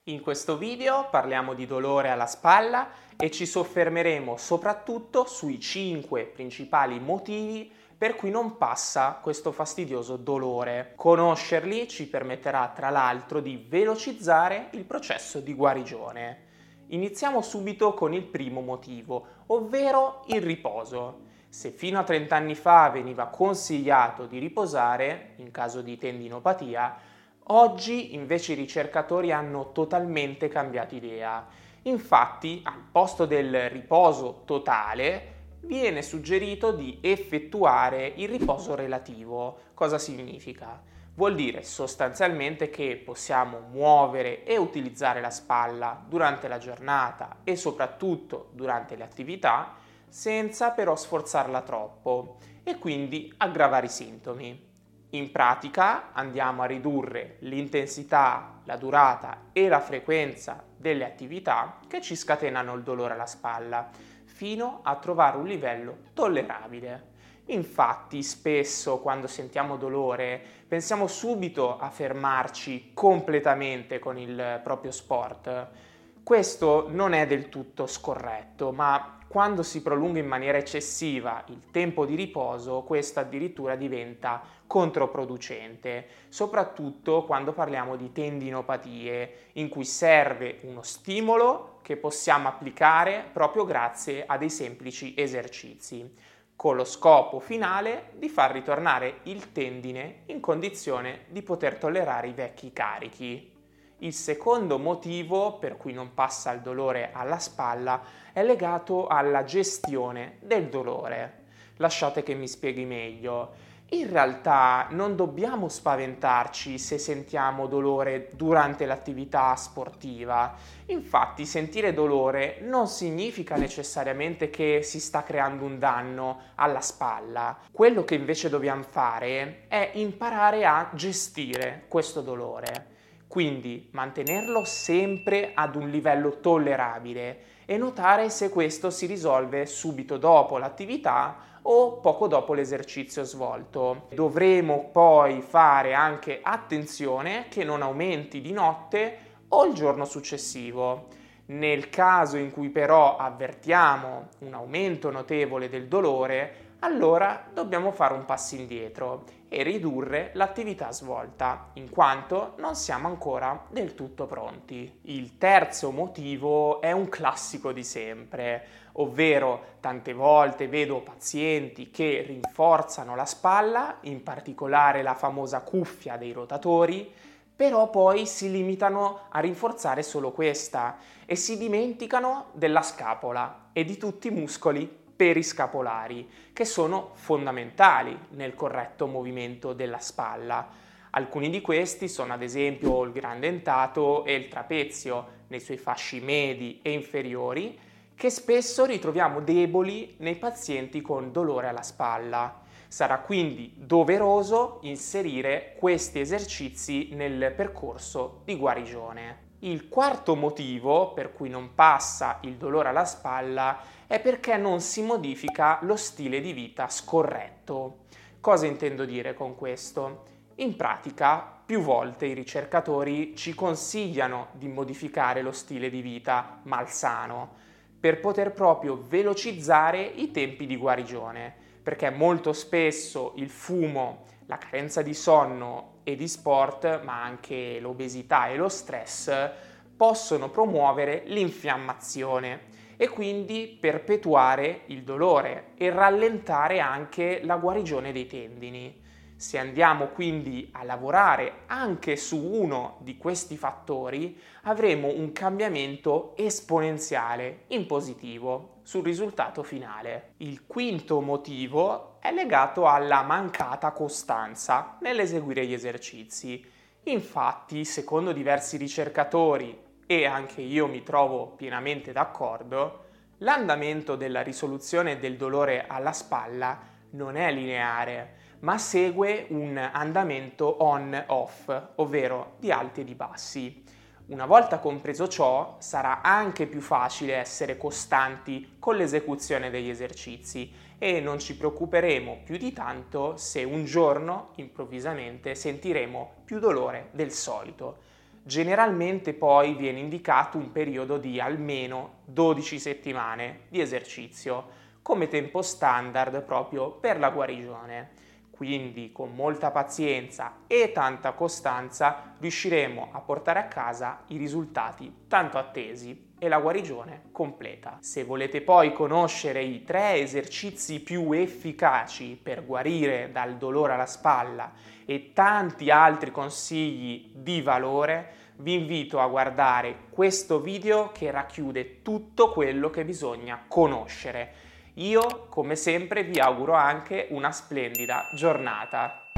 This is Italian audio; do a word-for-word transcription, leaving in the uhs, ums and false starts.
In questo video parliamo di dolore alla spalla e ci soffermeremo soprattutto sui cinque principali motivi per cui non passa questo fastidioso dolore. Conoscerli ci permetterà tra l'altro di velocizzare il processo di guarigione. Iniziamo subito con il primo motivo, ovvero il riposo. Se fino a trenta anni fa veniva consigliato di riposare in caso di tendinopatia, oggi invece i ricercatori hanno totalmente cambiato idea. Infatti, al posto del riposo totale, viene suggerito di effettuare il riposo relativo. Cosa significa? Vuol dire sostanzialmente che possiamo muovere e utilizzare la spalla durante la giornata e soprattutto durante le attività senza però sforzarla troppo e quindi aggravare i sintomi. In pratica andiamo a ridurre l'intensità, la durata e la frequenza delle attività che ci scatenano il dolore alla spalla, fino a trovare un livello tollerabile. Infatti, spesso quando sentiamo dolore pensiamo subito a fermarci completamente con il proprio sport. Questo non è del tutto scorretto, ma quando si prolunga in maniera eccessiva il tempo di riposo, questo addirittura diventa controproducente, soprattutto quando parliamo di tendinopatie, in cui serve uno stimolo che possiamo applicare proprio grazie a dei semplici esercizi, con lo scopo finale di far ritornare il tendine in condizione di poter tollerare i vecchi carichi. Il secondo motivo per cui non passa il dolore alla spalla è legato alla gestione del dolore. Lasciate che mi spieghi meglio. In realtà non dobbiamo spaventarci se sentiamo dolore durante l'attività sportiva. Infatti, sentire dolore non significa necessariamente che si sta creando un danno alla spalla. Quello che invece dobbiamo fare è imparare a gestire questo dolore. Quindi mantenerlo sempre ad un livello tollerabile e notare se questo si risolve subito dopo l'attività o poco dopo l'esercizio svolto. Dovremo poi fare anche attenzione che non aumenti di notte o il giorno successivo. Nel caso in cui però avvertiamo un aumento notevole del dolore, allora dobbiamo fare un passo indietro e ridurre l'attività svolta, in quanto non siamo ancora del tutto pronti. Il terzo motivo è un classico di sempre, ovvero tante volte vedo pazienti che rinforzano la spalla, in particolare la famosa cuffia dei rotatori, però poi si limitano a rinforzare solo questa e si dimenticano della scapola e di tutti i muscoli periscapolari, che sono fondamentali nel corretto movimento della spalla. Alcuni di questi sono ad esempio il gran dentato e il trapezio nei suoi fasci medi e inferiori, che spesso ritroviamo deboli nei pazienti con dolore alla spalla. Sarà quindi doveroso inserire questi esercizi nel percorso di guarigione. Il quarto motivo per cui non passa il dolore alla spalla è perché non si modifica lo stile di vita scorretto. Cosa intendo dire con questo? In pratica, più volte i ricercatori ci consigliano di modificare lo stile di vita malsano per poter proprio velocizzare i tempi di guarigione, perché molto spesso il fumo, la carenza di sonno e di sport, ma anche l'obesità e lo stress, possono promuovere l'infiammazione e quindi perpetuare il dolore e rallentare anche la guarigione dei tendini. Se andiamo quindi a lavorare anche su uno di questi fattori, avremo un cambiamento esponenziale in positivo sul risultato finale. Il quinto motivo è legato alla mancata costanza nell'eseguire gli esercizi. Infatti, secondo diversi ricercatori, e anche io mi trovo pienamente d'accordo, l'andamento della risoluzione del dolore alla spalla non è lineare, ma segue un andamento on-off, ovvero di alti e di bassi. Una volta compreso ciò, sarà anche più facile essere costanti con l'esecuzione degli esercizi e non ci preoccuperemo più di tanto se un giorno, improvvisamente, sentiremo più dolore del solito. Generalmente poi viene indicato un periodo di almeno dodici settimane di esercizio come tempo standard proprio per la guarigione. Quindi con molta pazienza e tanta costanza riusciremo a portare a casa i risultati tanto attesi e la guarigione completa. Se volete poi conoscere i tre esercizi più efficaci per guarire dal dolore alla spalla e tanti altri consigli di valore, vi invito a guardare questo video che racchiude tutto quello che bisogna conoscere. Io, come sempre, vi auguro anche una splendida giornata.